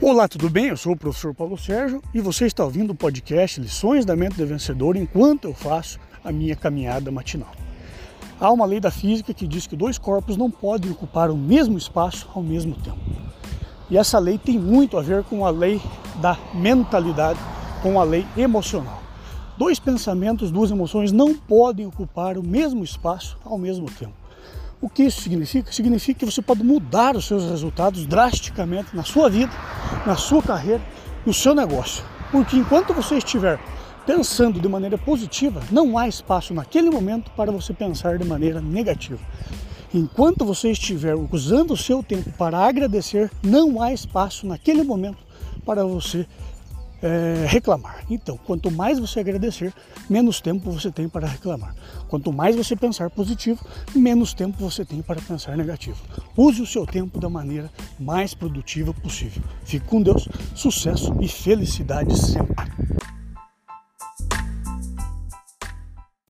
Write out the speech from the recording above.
Olá, tudo bem? Eu sou o professor Paulo Sérgio e você está ouvindo o podcast Lições da Mente do Vencedor enquanto eu faço a minha caminhada matinal. Há uma lei da física que diz que dois corpos não podem ocupar o mesmo espaço ao mesmo tempo. E essa lei tem muito a ver com a lei da mentalidade, com a lei emocional. Dois pensamentos, duas emoções não podem ocupar o mesmo espaço ao mesmo tempo. O que isso significa? Significa que você pode mudar os seus resultados drasticamente na sua vida, na sua carreira, no seu negócio. Porque enquanto você estiver pensando de maneira positiva, não há espaço naquele momento para você pensar de maneira negativa. Enquanto você estiver usando o seu tempo para agradecer, não há espaço naquele momento para você reclamar. Então, quanto mais você agradecer, menos tempo você tem para reclamar. Quanto mais você pensar positivo, menos tempo você tem para pensar negativo. Use o seu tempo da maneira mais produtiva possível. Fique com Deus, sucesso e felicidade sempre.